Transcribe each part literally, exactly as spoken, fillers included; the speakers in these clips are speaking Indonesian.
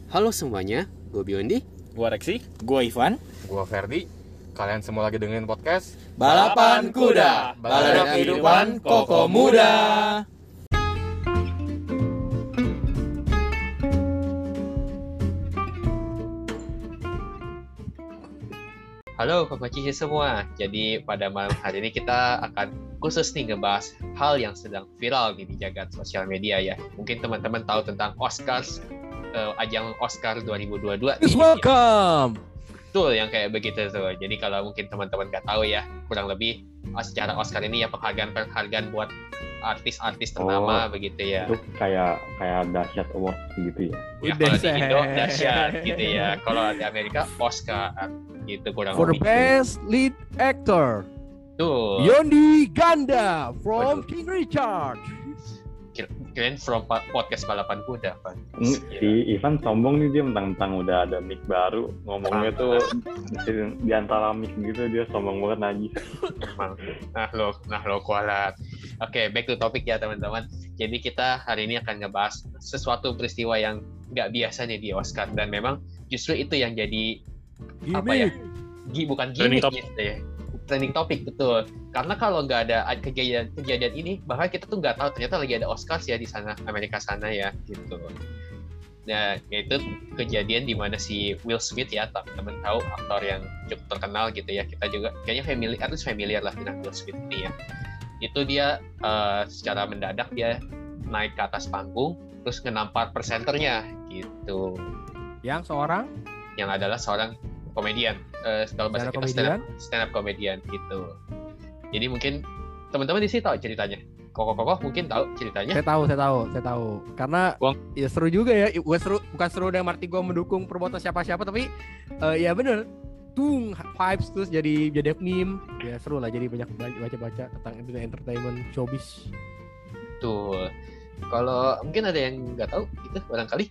Halo semuanya, gue Biondi. Gua Reksi. Gua Ivan. Gua Ferdi. Kalian semua lagi dengerin podcast Balapan Kuda, balada kehidupan Koko Muda. Halo Kokoci semua. Jadi pada malam hari ini kita akan khusus nih ngebahas hal yang sedang viral di jagat sosial media ya. Mungkin teman-teman tahu tentang Oscars, uh, ajang Oscar dua ribu dua puluh dua. Please welcome. Betul, yang kayak begitu tuh. Jadi kalau mungkin teman-teman nggak tahu ya, kurang lebih secara Oscar ini ya penghargaan-penghargaan buat artis-artis ternama oh, begitu ya. Itu kayak kayak dahsyat award gitu ya. Ya kalau di Indo dahsyat gitu ya. Kalau di Amerika Oscar gitu kurang For lebih. the best lead actor, Tuh. Yondi Ganda from Waduh. King Richard. Keren from podcast Balapan Kuda, Pak. Si Ivan sombong nih, dia mentang-mentang udah ada mic baru, ngomongnya tuh di antara mic gitu dia sombong banget najis. Emang. Nah lo, nah lo kualat. Oke, okay, back to topic ya teman-teman. Jadi kita hari ini akan ngebahas sesuatu peristiwa yang nggak biasa nih di Oscar, dan memang justru itu yang jadi Gimik. apa ya? G, bukan gimmick gitu ya. Trending topic, betul. Karena kalau nggak ada kejadian kejadian ini, bahkan kita tuh nggak tahu ternyata lagi ada Oscars ya di sana, Amerika sana ya gitu. Nah, yaitu kejadian di mana si Will Smith ya, teman-teman tahu, aktor yang cukup terkenal gitu ya. Kita juga kayaknya familiar, at least familiar lah dengan Will Smith ini ya. Itu dia uh, secara mendadak dia naik ke atas panggung, terus ngenampar presenternya gitu. Yang seorang? Yang adalah seorang komedian, uh, kalau bahasa kita stand up, stand up komedian gitu. Jadi mungkin teman-teman di sini tahu ceritanya. Koko-koko mungkin tahu ceritanya. Saya tahu, saya tahu, saya tahu. Karena Bang. ya seru juga ya. Gue seru, bukan seru dengan arti gue mendukung perbuatan siapa-siapa, tapi uh, ya bener. Tung vibes terus jadi jadi meme. Ya seru lah, jadi banyak baca-baca tentang entertainment showbiz. Tuh. Kalau mungkin ada yang nggak tahu gitu barangkali.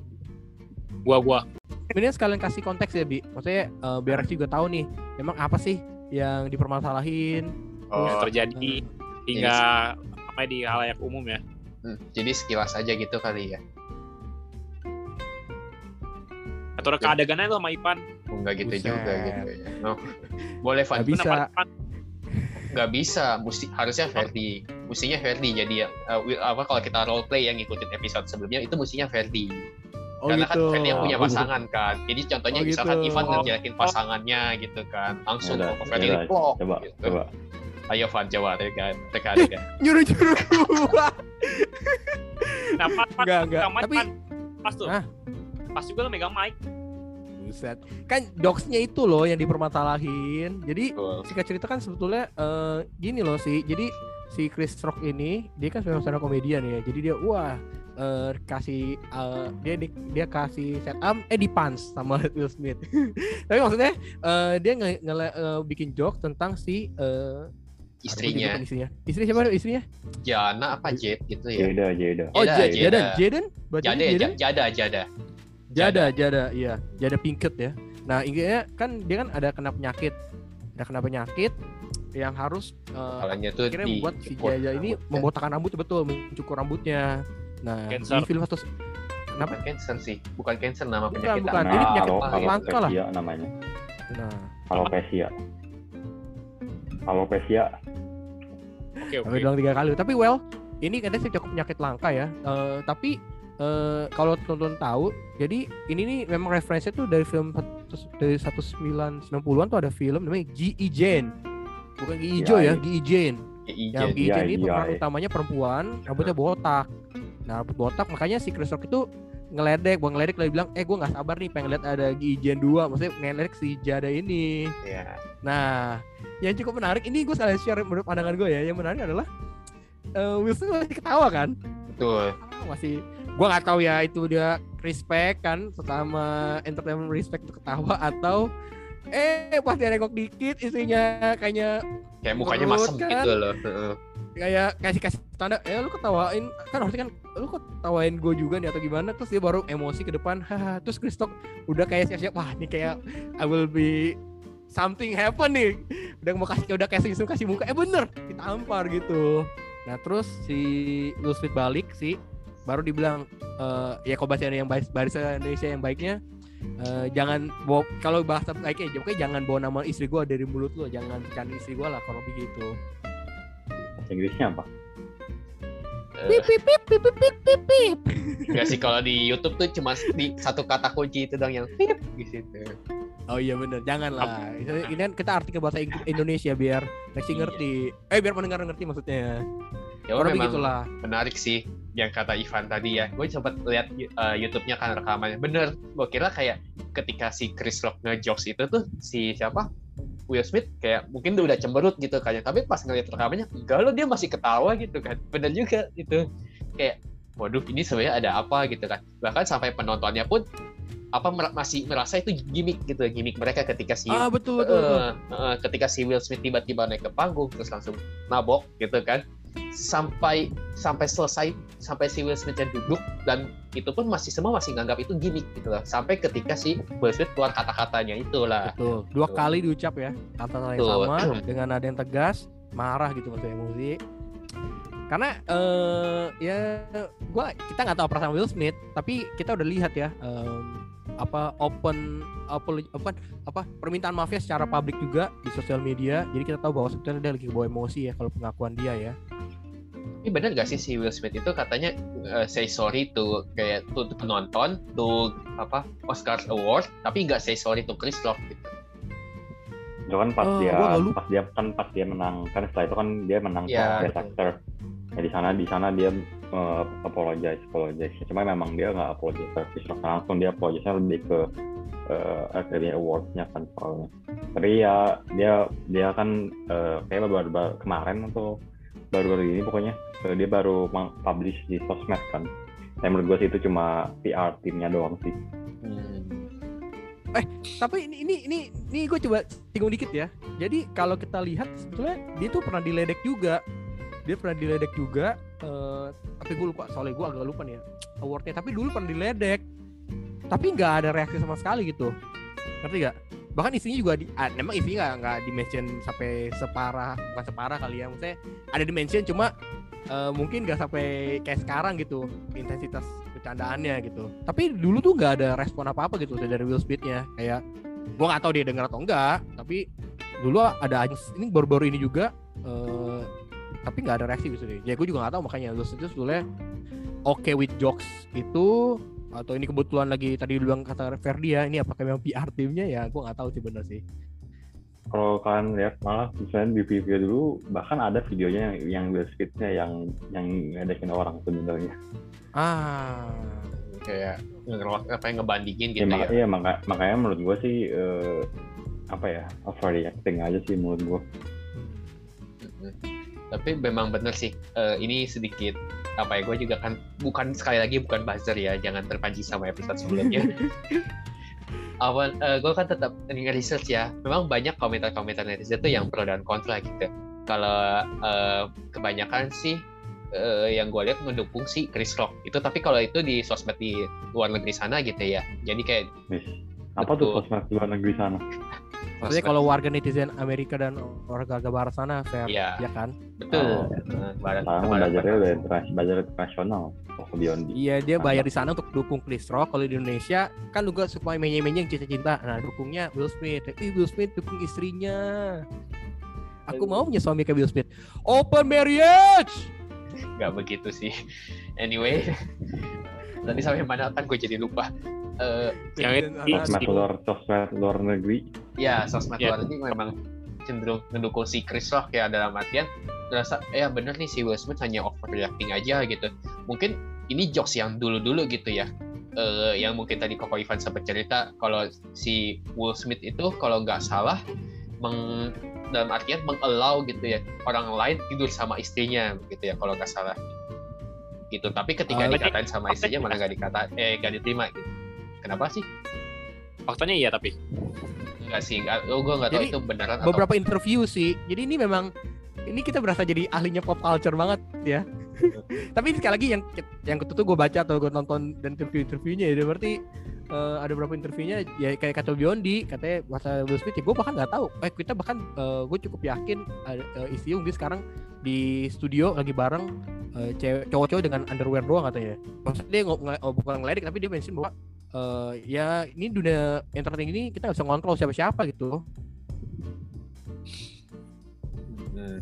Gua gua. Ini sekalian kasih konteks ya, Bi. Maksudnya uh, biar juga tahu nih, memang apa sih yang dipermasalahin, Oh, yang terjadi uh, hingga apa di halayak umum ya. Hmm, jadi sekilas aja gitu kali ya. Atau reka adegannya tuh sama Ipan. Oh, nggak gitu Buset. juga gitu ya. No. Boleh Van. Nggak bisa. Nggak bisa. Mesti harusnya Ferdi. Mestinya Ferdi. Jadi uh, apa kalau kita role play yang ngikutin episode sebelumnya itu mestinya Ferdi. Oh Karena gitu. kan Ferdi yang punya pasangan kan. Jadi contohnya Oh, misalkan gitu. Ivan ngejelekin pasangannya gitu kan. Langsung Yaudah, ke Ferdi yaudah, plok Coba, gitu. coba. Ayo Van, coba teka teka adegan. Nyuruh-nyuruh gua. Nah, pas pas Enggak, enggak. megang mic, Tapi- Pan. Pas tuh. Hah? Pas juga lo megang mic. Buset. Kan jokesnya itu loh yang dipermasalahin. Jadi Betul. singkat cerita kan sebetulnya uh, gini loh sih. Jadi si Chris Rock ini dia kan sebenarnya stand up komedian ya. Jadi dia wah uh, kasih uh, dia di, dia kasih setup eh di punch sama Will Smith. Tapi maksudnya uh, dia nge, nge, uh, bikin joke tentang si uh, Istrinya. istrinya. Istri siapa istrinya? Jana apa Jet gitu ya. Jeda, Jeda. Oh, Jada, J- Jada. Jaden, Jaden, bacanya Jada, ya, Jaden? J- Jada, Jada. Jada, Jada, iya, Jada Pinkett ya. Nah, intinya kan dia kan ada kena penyakit, ada kena penyakit yang harus uh, Kalanya tuh akhirnya di membuat si cukur Jada ini rambut. membotakan rambut betul, mencukur rambutnya. Nah, Cancer. di film satu kenapa? Bukan cancer sih, bukan cancer nama Bukan, penyakit. bukan. apa. Ini penyakit Alo- langka lah. alopecia namanya. Nah, Alopecia. Alopecia. Oke, oke. kami bilang tiga kali. Tapi well, ini katanya sih cukup penyakit langka ya. Eh, tapi eh, kalau teman-teman tahu, jadi ini nih memang referensinya tuh dari film satu- dari sembilan sembilan puluhan tuh ada film namanya G I. Jane. Bukan G I. Joe ya, G I. Jane. Ya, Yang G I. Iya, Jane ini iya, pemeran iya. utamanya perempuan, rambutnya botak. Nah, rambut botak, makanya si Chris Rock itu ngeledek, bukan ngeledek, lagi bilang, eh gue nggak sabar nih pengen lihat ada G I. Jane dua, maksudnya ngeledek si Jada ini. ya. Nah, yang cukup menarik ini gue sekalian share menurut pandangan gue ya. Yang menarik adalah uh, Will Smith masih ketawa kan? Betul. Ah, masih, gue nggak tahu ya itu dia respect kan, pertama entertainment respect untuk ketawa atau eh pas dia nengok dikit istrinya kayaknya Kayak mukanya Menurut masem kan? gitu loh. Heeh. kayak kasih kasih tanda, eh lu ketawain kan, harusnya kan lu kok tawain gue juga nih atau gimana, terus dia baru emosi ke depan, haha, terus Chris Rock udah kayak siap-siap, wah ini kayak I will be something happen nih, udah mau kasih, udah kayak senyum kasih muka, eh bener ditampar gitu. Nah terus si Will Smith balik sih, baru dibilang uh, ya kalau bahasa yang baik, bahasa Indonesia yang baiknya uh, jangan bawa, kalau bahasa baiknya aja pokoknya jangan bawa nama istri gue dari mulut lo, jangan cari istri gue lah kalau begitu. Bahasa Inggrisnya apa? Pip pip pip pip pip pip pip pip. Enggak sih, kalau di YouTube tuh cuma di satu kata kunci itu dong yang pip gitu. Oh iya bener, jangan lah. Ini ini kan kita artikel bahasa Indonesia biar Lexi ngerti. Eh biar pendengar ngerti maksudnya. Ya Kurang memang begitulah. menarik sih yang kata Ivan tadi ya. Gue sempat lihat uh, YouTube-nya kan rekamannya. Bener, gue kira kayak ketika si Chris Rock nge-jokes itu tuh si siapa? Will Smith kayak mungkin udah cemberut gitu kayaknya, tapi pas ngeliat rekamannya enggak loh, dia masih ketawa gitu kan. Bener juga itu, kayak waduh ini sebenarnya ada apa gitu kan. Bahkan sampai penontonnya pun apa mer- masih merasa itu gimmick gitu, gimmick mereka ketika si Ah betul betul. uh, betul. uh, ketika si Will Smith tiba-tiba naik ke panggung terus langsung nabok gitu kan, sampai sampai selesai, sampai si Will Smith duduk, dan itu pun masih semua masih nganggap itu gimmick gitu lah, sampai ketika si Will Smith keluar kata-katanya itulah. Betul. Dua Betul. kali diucap ya kata-kata yang Betul. sama dengan nada yang tegas, marah gitu maksudnya emosi. Karena eh ya gua kita nggak tahu perasaan Will Smith, tapi kita udah lihat ya em, apa open apa apa apa permintaan maafnya secara publik juga di sosial media. Jadi kita tahu bahwa sebetulnya dia lagi bawa emosi ya kalau pengakuan dia ya. Ini benar gak sih si Will Smith itu katanya uh, say sorry to kayak to, to penonton, to apa Oscar Award, tapi nggak say sorry to Chris Rock gitu. Itu kan pas Oh, dia gua nggak lupa. pas dia kan pas dia menang kan, setelah itu kan dia menang Ya, Best betul. Actor. Ya di sana di sana dia uh, apologize apologize. Cuma memang dia nggak apologize ke Chris Rock langsung, dia apologize lebih ke uh, Academy Awards-nya kan soalnya. Tapi ya dia dia kan uh, kayak baru, baru kemarin atau baru-baru ini pokoknya uh, dia baru publish di sosmed kan. Saya menurut gue sih itu cuma P R timnya doang sih. Hmm. Tapi ini ini ini ini gue coba singgung dikit ya. Jadi kalau kita lihat sebetulnya dia tuh pernah diledek juga. Dia pernah diledek juga. Uh, tapi gue lupa, soalnya gue agak lupa nih ya awardnya. Tapi dulu pernah diledek. Tapi nggak ada reaksi sama sekali gitu. Ngerti gak? Bahkan isinya juga di, ah, memang isinya nggak nggak dimention sampai separah, bukan separah kali ya. Maksudnya ada dimension cuma uh, mungkin nggak sampai kayak sekarang gitu intensitas bercandaannya gitu. Tapi dulu tuh nggak ada respon apa-apa gitu dari Will Smith-nya. Kayak gue nggak tahu dia dengar atau enggak. Tapi dulu ada ini baru-baru ini juga. Uh, tapi nggak ada reaksi gitu deh. Ya gue juga nggak tahu, makanya Will Smith itu sebetulnya oke okay with jokes itu, atau ini kebetulan lagi tadi bilang kata Ferdi ya, ini apakah memang P R timnya ya, gue nggak tahu sih bener sih. Kalau kalian lihat malah misalnya di video dulu bahkan ada videonya yang yang Will Smith-nya yang yang ngedekin orang sebenarnya. Ah, Kayak nge- apa yang ngebandingin Ya, gitu mak- ya. iya, maka, makanya menurut gue sih eh, apa ya overreacting aja sih menurut gue. Mm-mm. Tapi memang bener sih, uh, ini sedikit apa ya, gue juga kan bukan, sekali lagi bukan buzzer ya, jangan terpancing sama episode sebelumnya. Awal uh, gue kan tetap nge-research ya, memang banyak komentar-komentar netizen tuh yang pro dan kontra gitu. Kalau uh, kebanyakan sih uh, yang gue lihat mendukung si Chris Rock itu, tapi kalau itu di sosmed di luar negeri sana gitu ya, jadi kayak Nih, apa Betul. tuh sosmed luar negeri sana? maksudnya kalau warga netizen Amerika dan warga barat sana fair, Iya. ya kan? betul, uh, barat, Sekarang barat- belajarnya udah interna- belajar internasional. Oh, Biondi. Iya, dia bayar di sana untuk dukung Chris Rock. Kalau di Indonesia kan juga suka menye-menye cinta-cinta. Nah, dukungnya Will Smith. Ih, Will Smith dukung istrinya. Aku mau punya suami kayak Will Smith. Open marriage. nggak begitu sih. Anyway, tadi sampai mana kan gue jadi lupa. Uh, Yang itu- Sosmed luar sosmed luar negeri. ya sosmed Ya. luar ini memang cenderung mendukung si Chris Rock ya, dalam artian terasa ya bener nih si Will Smith hanya overreacting aja gitu. Mungkin ini jokes yang dulu-dulu gitu ya. Uh, yang mungkin tadi Koko Ivan sempat cerita kalau si Will Smith itu kalau nggak salah meng, dalam artian mengallow gitu ya orang lain tidur sama istrinya gitu ya kalau nggak salah gitu. Tapi ketika Ah, dikatain sama istrinya malah nggak dikata eh nggak diterima gitu. Kenapa sih? Faktanya iya tapi. Enggak sih, enggak, oh, gue nggak tahu Jadi, itu beneran atau Beberapa interview sih. Jadi ini memang ini kita berasa jadi ahlinya pop culture banget ya. Tapi sekali lagi yang yang ketutup gue baca atau gue nonton dan interview-interviewnya ya, berarti uh, ada beberapa interviewnya ya kayak kata Biondi katanya bahasa Will Smith ya, gue bahkan nggak tahu. Eh kita bahkan uh, gue cukup yakin uh, uh, Isi Yung dia sekarang di studio lagi bareng uh, cewek cowok-cowok dengan underwear doang katanya. Maksudnya dia nggak nge- oh, bukan ngeledek tapi dia mention bahwa uh, ya ini dunia entertain ini kita nggak bisa ngontrol siapa-siapa gitu. Hmm.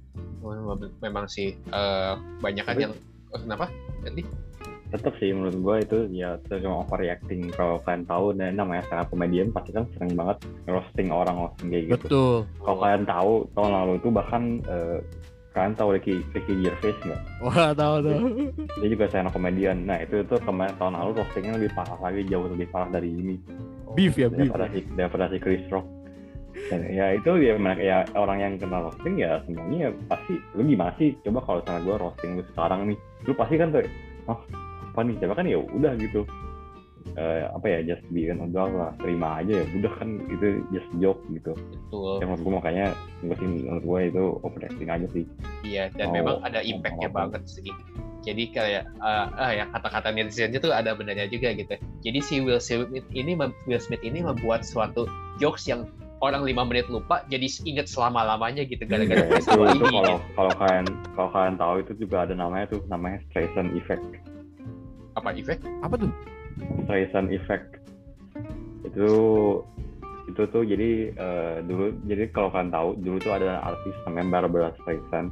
Memang sih uh, banyak kan yang oh, kenapa? Jadi tetap sih menurut gue itu ya itu cuma overreacting. Kalau kalian tahu dan namanya stand up comedian pasti kan sering banget roasting orang roasting kayak gitu. Betul. Kalau kalian tahu tahun lalu itu bahkan uh, kalian tahu Ricky Ricky Gervais nggak? Wah tahu tahu. Dia juga stand up comedian. Nah itu itu kemarin tahun lalu roastingnya lebih parah lagi, jauh lebih parah dari ini. Beef ya beef. Daripada si daripada si Chris Rock. Dan ya itu ya, ya orang yang kenal roasting ya semuanya ya pasti lu gimana sih? Coba kalau misalnya gue roasting lu sekarang nih, lu pasti kan tuh oh apa nih? Coba kan ya udah gitu. Uh, apa ya just be an adult lah, terima aja ya udah kan itu just joke gitu. Betul. Ya menurut gue makanya gue sih menurut gue itu overacting aja sih. Iya dan oh, memang ada impactnya oh, banget sih. Jadi kayak uh, ah ya kata-kata netizennya tuh ada benarnya juga gitu. Jadi si Will Smith ini Will Smith ini membuat suatu jokes yang orang lima menit lupa jadi inget selama-lamanya gitu gara-gara ya, itu, ini. Itu kalau kalau kalian kalau kalian tahu itu juga ada namanya tuh namanya Streisand effect. Apa effect? Apa tuh? Streisand effect. Itu itu tuh jadi uh, dulu jadi kalau kalian tahu dulu tuh ada artis namanya Barbara Streisand.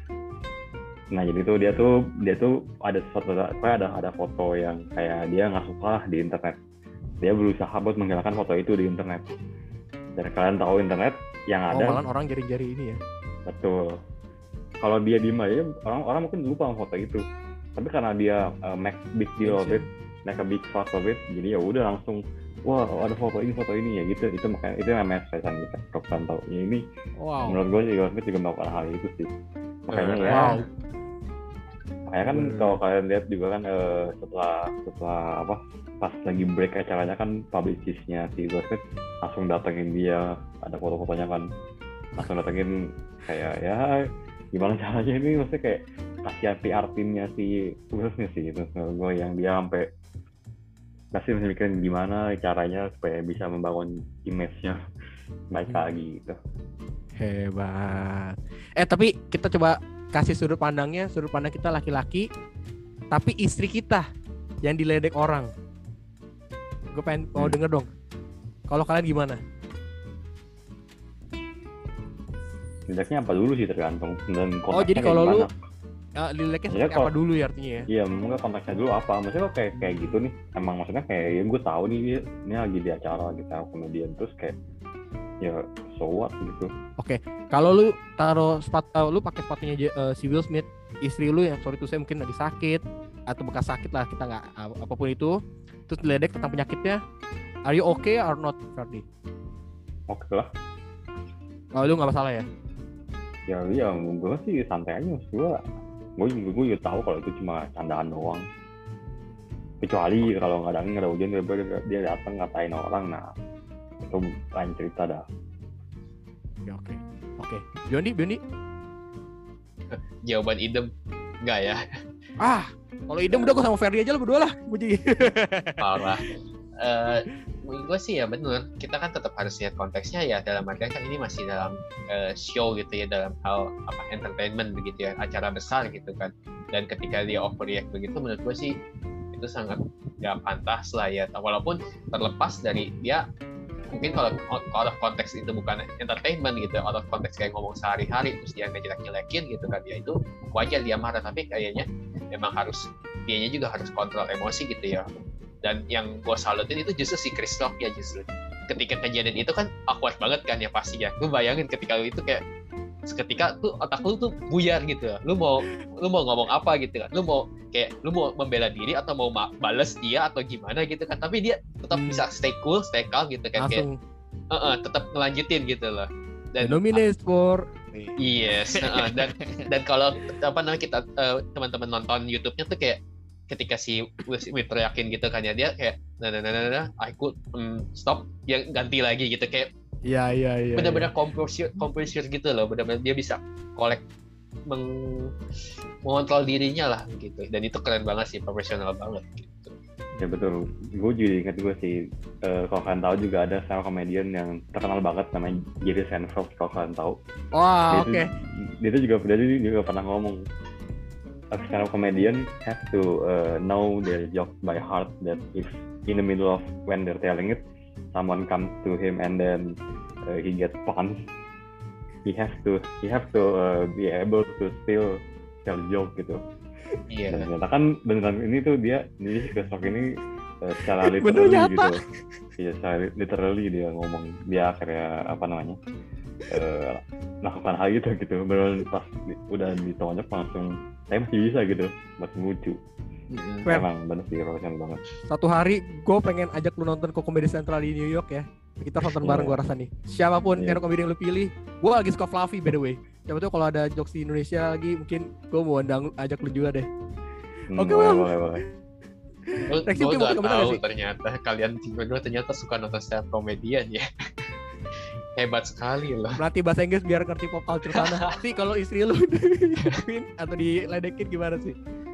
Nah jadi tuh dia tuh dia tuh ada foto kayak ada ada foto yang kayak dia nggak suka di internet. Dia berusaha buat menghilangkan foto itu di internet. Dan kalian tahu internet yang ada. Oh, malah orang jari-jari ini ya. Betul. Kalau dia diem aja orang-orang mungkin lupa sama foto itu. Tapi karena dia uh, make big deal of it, make a big fuss of it, jadi ya udah langsung wah ada foto ini foto ini ya gitu. Itu makanya itu namanya Streisand effect. Kalau kalian tahu ya ini. Wow. Menurut gue sih Will Smith juga melakukan hal itu sih. Makanya wow. ya. Makanya kan hmm. kalau kalian lihat juga kan uh, setelah setelah apa pas lagi break acaranya kan publicistnya si Will Smith langsung datengin dia, ada foto-fotonya kan langsung datengin kayak ya gimana caranya ini maksudnya kayak kasihan P R timnya si Will Smith sih gitu. Gue yang dia sampai masih mikirin gimana caranya supaya bisa membangun image-nya baik hmm. lagi gitu. Hebat. Eh tapi kita coba kasih sudut pandangnya, sudut pandang kita laki-laki, tapi istri kita yang diledek orang. Gue pengen mau hmm. denger dong. Kalau kalian gimana? Ledeknya apa dulu sih tergantung. Dan oh jadi kalau lu uh, ledeknya seperti apa dulu ya artinya ya? Iya, mungkin konteksnya dulu apa? Maksudnya kok kayak kayak gitu nih. Emang maksudnya kayak ya gue tahu nih dia ini lagi di acara gitu kemudian terus kayak ya so what gitu. Oke, okay. Kalau lu taruh sepatu, uh, lu pakai sepatunya uh, si Will Smith, istri lu yang sorry tuh saya mungkin lagi sakit atau bekas sakit lah kita nggak uh, apapun itu, terus diledek tentang penyakitnya, are you okay or not, Ferdi? Oke okay lah. Kalau lu nggak masalah ya? Ya iya, gue sih santai aja mas gue. Gue juga gue juga tahu kalau itu cuma candaan doang. Kecuali kalau nggak ada nggak ada hujan dia dia datang ngatain orang, nah itu lain cerita dah. Ya, oke, oke. Biondi, Biondi. Jawaban idem, enggak ya? Ah, kalau idem udah gue sama Ferdi aja lah berdua lah. Parah. Uh, gue sih ya benar. Kita kan tetap harus lihat konteksnya ya. Dalam artian kan ini masih dalam uh, show gitu ya, dalam hal apa entertainment begitu ya, acara besar gitu kan. Dan ketika dia overreact begitu, menurut gue sih itu sangat gak pantas lah ya. Walaupun terlepas dari dia mungkin kalau out of konteks itu bukan entertainment gitu, out of konteks kayak ngomong sehari-hari terus dia ngejelek-jelekin gitu kan, ya itu wajar dia marah, tapi kayaknya memang harus dianya juga harus kontrol emosi gitu ya. Dan yang gue salutin itu justru si Chris Rock ya, justru ketika kejadian itu kan awkward banget kan ya pasti ya. Gue bayangin ketika itu kayak seketika tuh otak lu tuh buyar gitu. Lu mau lu mau ngomong apa gitu kan. Lu mau kayak lu mau membela diri atau mau ma- bales dia atau gimana gitu kan. Tapi dia tetap hmm. bisa stay cool, stay calm gitu kan. Langsung. Kayak uh-uh, tetap ngelanjutin gitu loh. Dan nominate for yes, uh, dan dan kalau apa namanya kita uh, teman-teman nonton YouTube-nya tuh kayak ketika si Will Smith teriakin gitu kan ya, dia kayak nah nah nah nah, nah I could um, stop, yang ganti lagi gitu kayak iya iya iya benar-benar komposisi komposisi gitu loh, benar-benar dia bisa kolek meng- mengontrol dirinya lah gitu, dan itu keren banget sih, profesional banget gitu. Ya betul, gue juga ingat gue sih uh, kalau kalian tahu juga ada stand up comedian yang terkenal banget namanya Jerry Seinfeld, kalau kalian tahu. Wah oke. Okay. Dia tuh juga dia juga pernah ngomong a stand-up comedian has to uh, know their jokes by heart. That if in the middle of when they're telling it, someone comes to him and then uh, he gets punched, he has to he has to uh, be able to still tell joke gitu. Iya. Dan ternyata kan beneran ini tuh dia jadi si Chris Rock ini uh, secara Bener literally nyata. gitu. Iya, secara literally dia ngomong, dia akhirnya apa namanya uh, melakukan hal itu gitu. Beneran pas di, udah ditonjok langsung saya masih bisa gitu buat lucu. Mm-mm. Fair. Emang bener sih profesional banget. Satu hari gue pengen ajak lu nonton ke Comedy Central di New York ya. Kita nonton bareng Iya. gue rasa nih. Siapapun Iya. stand up comedy yang lu pilih, gue lagi suka Fluffy by the way. Siapa tuh kalau ada jokes di Indonesia lagi, mungkin gue mau undang ajak lu juga deh. Hmm, Oke, boleh, Bang. boleh, boleh. Gue Reaksi mungkin nggak mau kemana tahu sih? ternyata kalian berdua ternyata suka nonton stand up komedian ya. Hebat sekali loh. Melatih bahasa Inggris biar ngerti pop culture sana. Sih kalau istri lu digituin atau diledekin gimana sih?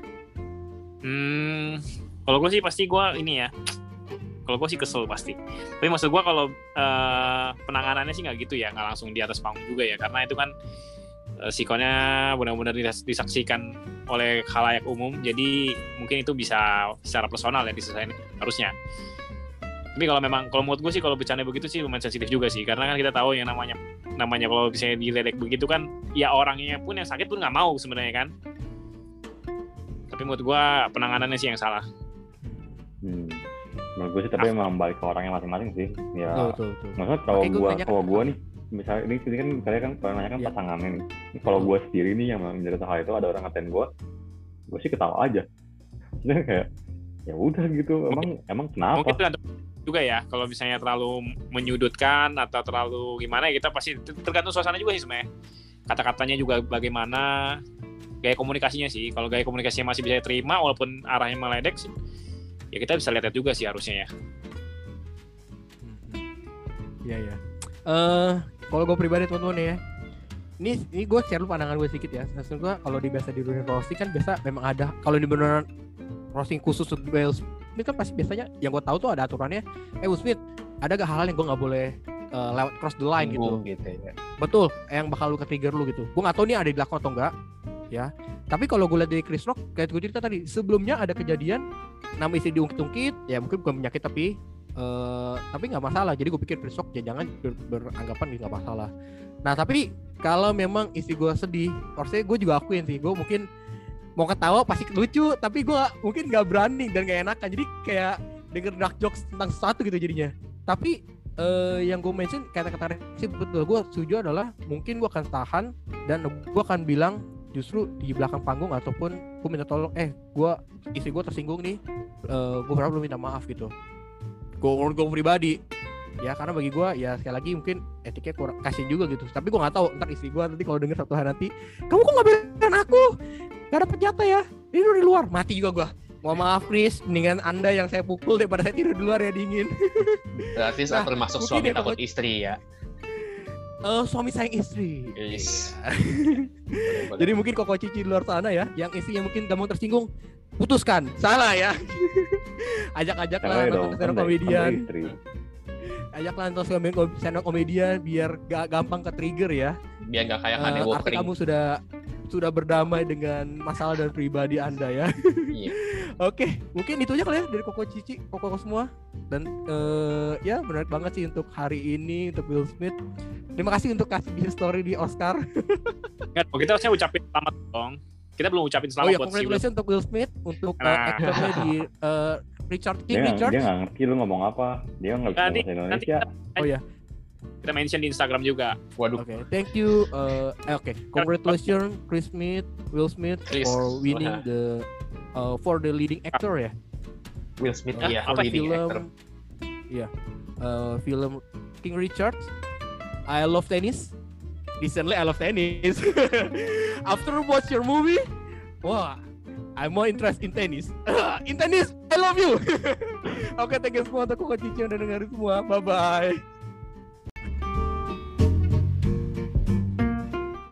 Hmm, kalau gue sih pasti gue ini ya. Kalau gue sih kesel pasti. Tapi maksud gue kalau uh, penanganannya sih nggak gitu ya, nggak langsung di atas panggung juga ya, karena itu kan uh, sikonnya benar-benar dis- disaksikan oleh khalayak umum. Jadi mungkin itu bisa secara personal ya diselesaikan harusnya. Tapi kalau memang kalau menurut gue sih kalau bercanda begitu sih lumayan sensitif juga sih, karena kan kita tahu yang namanya namanya kalau misalnya diledek begitu kan, ya orangnya pun yang sakit pun nggak mau sebenarnya kan. Tapi menurut gue penanganannya sih yang salah. Hmm. Menurut gue sih tapi emang balik ke orangnya masing-masing sih. Ya. Tuh, tuh, tuh. Maksudnya kalau Makanya gua gua nanya- kalau gua nih misalnya ini ini kan saya kan pernah nanya kan Iya. pasangannya nih. Ini kalau gua sendiri nih yang menderita hal itu ada orang ngatain gua, gua sih ketawa aja. Maksudnya kayak ya udah gitu. Emang emang kenapa? Mungkin tergantung juga ya, kalau misalnya terlalu menyudutkan atau terlalu gimana ya, kita pasti tergantung suasana juga sih sebenarnya. Kata-katanya juga bagaimana, gaya komunikasinya sih. Kalau gaya komunikasinya masih bisa terima walaupun arahnya meledek sih, ya kita bisa lihat juga sih harusnya ya. Iya ya. Eh, kalau gue pribadi teman-teman ya, ini ini gue share lu pandangan gue sedikit ya. Maksud gue kalau di biasa di dunia roasting kan biasa memang ada. Kalau di beneran roasting khusus untuk Will Smith kan pasti biasanya yang gue tahu tuh ada aturannya. Eh Will Smith, ada gak hal-hal yang gue nggak boleh uh, lewat cross the line gitu. Singgung gitu ya. Betul, yang bakal lu ke-trigger lu gitu. Gue nggak tahu nih ada dilakukan atau enggak, ya. Tapi kalau gue lihat dari Chris Rock, kayak gue cerita tadi, sebelumnya ada kejadian nama istri diungkit-ungkit, ya mungkin bukan penyakit tapi uh, tapi nggak masalah. Jadi gue pikir Chris Rock ya jangan ber- beranggapan dia nggak masalah. Nah tapi kalau memang istri gue sedih, harusnya gue juga akuin sih, gue mungkin mau ketawa pasti lucu, tapi gue mungkin nggak berani dan gak enakan. Jadi kayak denger dark jokes tentang sesuatu gitu jadinya. Tapi uh, yang gue mention kata-kata sih betul, gue setuju adalah mungkin gue akan tahan dan gue akan bilang justru di belakang panggung ataupun gue minta tolong, eh gue istri gue tersinggung nih, uh, gue berharap lu minta maaf gitu. Gue gue pribadi ya, karena bagi gue ya sekali lagi mungkin etiknya kurang kasihan juga gitu. Tapi gue nggak tahu ntar istri gue nanti kalau denger satu hari nanti, kamu kok nggak belain aku, gak ada penjata ya, ini udah di luar, mati juga gue. Mohon maaf Chris, mendingan anda yang saya pukul daripada saya tidur di luar ya, dingin. Berarti Nah, termasuk mungkin suami ya, takut kalau- istri ya. Uh, suami sayang istri. Yes. Iya. Boleh-boleh. Jadi mungkin koko cici di luar sana ya, yang istrinya mungkin gampang tersinggung, putuskan, salah ya. Ajak-ajak lah Cewek nonton dong, stand up kan komedian, istri. ajak lah nonton stand up komedian biar gak gampang ke trigger ya. Biar nggak kayak Hane Uh, arti Walkering. kamu sudah sudah berdamai dengan masalah dan pribadi anda ya. Iya. Oke, mungkin itu aja kali ya dari koko cici, koko semua. Dan uh, ya menarik banget sih untuk hari ini untuk Will Smith. Terima kasih untuk kasih history di Oscar. Nggak, kita harusnya ucapin selamat dong. Kita belum ucapin Oh selamat ya, buat si Will. congratulations untuk Will Smith untuk uh, Nah. aktornya di uh, Richard Dia King nggak Richard. dia nggak ngerti lu ngomong apa. Dia nggak bisa Nanti, bahasa nanti Indonesia. kita, Oh ya, kita mention di Instagram juga. Waduh. oke. Thank you. Uh, eh, oke, congratulations Chris Smith, Will Smith Chris. for winning Wah. the uh, for the leading actor ya. Will Smith Uh, ya, for leading film, actor. Iya. Uh, film King Richard. I love tennis. Recently I love tennis. After watch your movie, wah, I'm more interested in tennis. In tennis, I love you. Oke, thank you semua untuk Koko Cici yang udah dengerin semua. Bye bye.